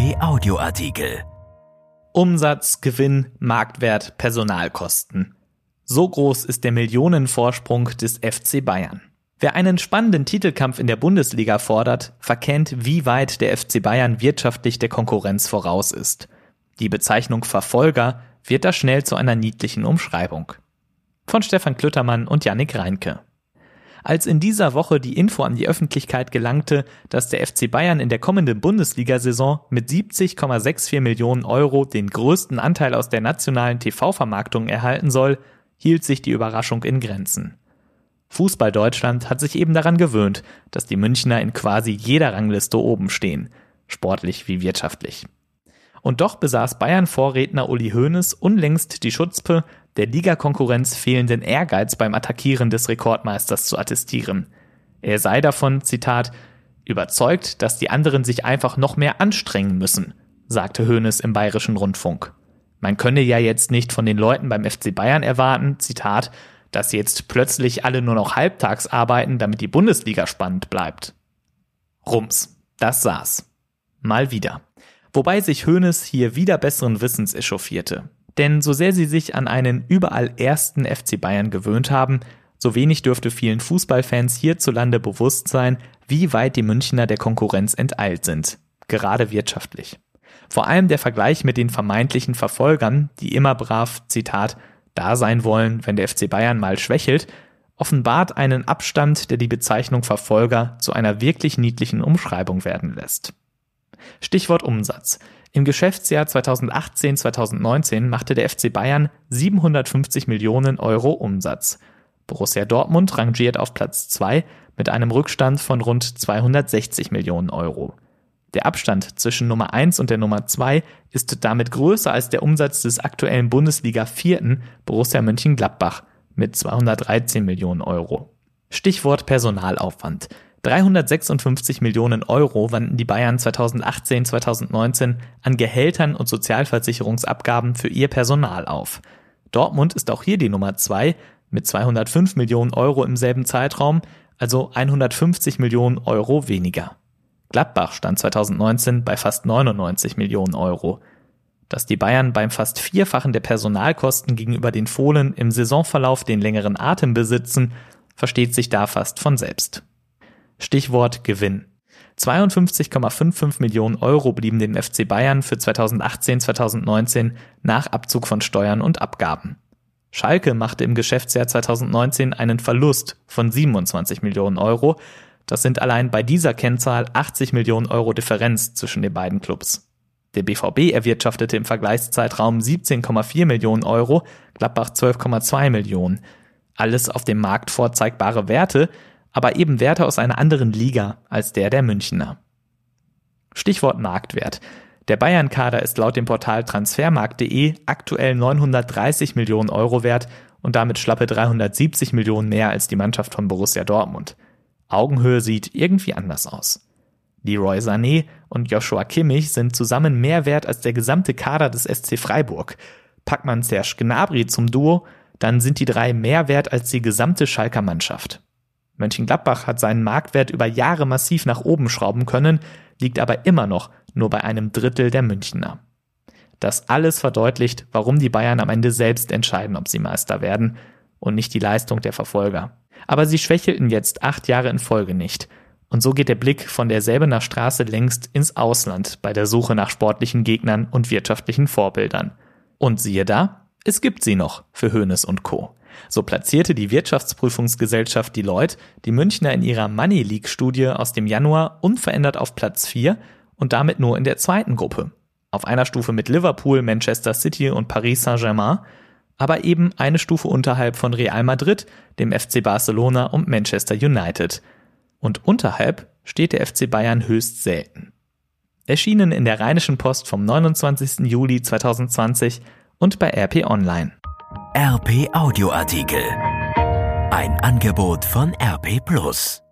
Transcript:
RP Audioartikel. Umsatz, Gewinn, Marktwert, Personalkosten. So groß ist der Millionenvorsprung des FC Bayern. Wer einen spannenden Titelkampf in der Bundesliga fordert, verkennt, wie weit der FC Bayern wirtschaftlich der Konkurrenz voraus ist. Die Bezeichnung Verfolger wird da schnell zu einer niedlichen Umschreibung. Von Stefan Klüttermann und Yannick Reinke. Als in dieser Woche die Info an die Öffentlichkeit gelangte, dass der FC Bayern in der kommenden Bundesliga-Saison mit 70,64 Millionen Euro den größten Anteil aus der nationalen TV-Vermarktung erhalten soll, hielt sich die Überraschung in Grenzen. Fußball Deutschland hat sich eben daran gewöhnt, dass die Münchner in quasi jeder Rangliste oben stehen, sportlich wie wirtschaftlich. Und doch besaß Bayern-Vorredner Uli Hoeneß unlängst die Chutzpe, der Ligakonkurrenz fehlenden Ehrgeiz beim Attackieren des Rekordmeisters zu attestieren. Er sei davon, Zitat, überzeugt, dass die anderen sich einfach noch mehr anstrengen müssen, sagte Hoeneß im Bayerischen Rundfunk. Man könne ja jetzt nicht von den Leuten beim FC Bayern erwarten, Zitat, dass jetzt plötzlich alle nur noch halbtags arbeiten, damit die Bundesliga spannend bleibt. Rums, das saß. Mal wieder. Wobei sich Hoeneß hier wieder besseren Wissens echauffierte. Denn so sehr sie sich an einen überall ersten FC Bayern gewöhnt haben, so wenig dürfte vielen Fußballfans hierzulande bewusst sein, wie weit die Münchner der Konkurrenz enteilt sind. Gerade wirtschaftlich. Vor allem der Vergleich mit den vermeintlichen Verfolgern, die immer brav, Zitat, da sein wollen, wenn der FC Bayern mal schwächelt, offenbart einen Abstand, der die Bezeichnung Verfolger zu einer wirklich niedlichen Umschreibung werden lässt. Stichwort Umsatz. Im Geschäftsjahr 2018/2019 machte der FC Bayern 750 Millionen Euro Umsatz. Borussia Dortmund rangiert auf Platz 2 mit einem Rückstand von rund 260 Millionen Euro. Der Abstand zwischen Nummer 1 und der Nummer 2 ist damit größer als der Umsatz des aktuellen Bundesliga-Vierten Borussia Mönchengladbach mit 213 Millionen Euro. Stichwort Personalaufwand. 356 Millionen Euro wandten die Bayern 2018/2019 an Gehältern und Sozialversicherungsabgaben für ihr Personal auf. Dortmund ist auch hier die Nummer 2 mit 205 Millionen Euro im selben Zeitraum, also 150 Millionen Euro weniger. Gladbach stand 2019 bei fast 99 Millionen Euro. Dass die Bayern beim fast Vierfachen der Personalkosten gegenüber den Fohlen im Saisonverlauf den längeren Atem besitzen, versteht sich da fast von selbst. Stichwort Gewinn. 52,55 Millionen Euro blieben dem FC Bayern für 2018/2019 nach Abzug von Steuern und Abgaben. Schalke machte im Geschäftsjahr 2019 einen Verlust von 27 Millionen Euro. Das sind allein bei dieser Kennzahl 80 Millionen Euro Differenz zwischen den beiden Clubs. Der BVB erwirtschaftete im Vergleichszeitraum 17,4 Millionen Euro, Gladbach 12,2 Millionen. Alles auf dem Markt vorzeigbare Werte, aber eben Werte aus einer anderen Liga als der Münchner. Stichwort Marktwert. Der Bayern-Kader ist laut dem Portal transfermarkt.de aktuell 930 Millionen Euro wert und damit schlappe 370 Millionen mehr als die Mannschaft von Borussia Dortmund. Augenhöhe sieht irgendwie anders aus. Leroy Sané und Joshua Kimmich sind zusammen mehr wert als der gesamte Kader des SC Freiburg. Packt man Serge Gnabry zum Duo, dann sind die drei mehr wert als die gesamte Schalker Mannschaft. Mönchengladbach hat seinen Marktwert über Jahre massiv nach oben schrauben können, liegt aber immer noch nur bei einem Drittel der Münchner. Das alles verdeutlicht, warum die Bayern am Ende selbst entscheiden, ob sie Meister werden und nicht die Leistung der Verfolger. Aber sie schwächelten jetzt 8 Jahre in Folge nicht. Und so geht der Blick von der Säbener Straße längst ins Ausland bei der Suche nach sportlichen Gegnern und wirtschaftlichen Vorbildern. Und siehe da, es gibt sie noch für Hoeneß und Co. So platzierte die Wirtschaftsprüfungsgesellschaft Deloitte die Münchner in ihrer Money League-Studie aus dem Januar unverändert auf Platz 4 und damit nur in der zweiten Gruppe. Auf einer Stufe mit Liverpool, Manchester City und Paris Saint-Germain, aber eben eine Stufe unterhalb von Real Madrid, dem FC Barcelona und Manchester United. Und unterhalb steht der FC Bayern höchst selten. Erschienen in der Rheinischen Post vom 29. Juli 2020 und bei RP Online. RP Audioartikel. Ein Angebot von RP+.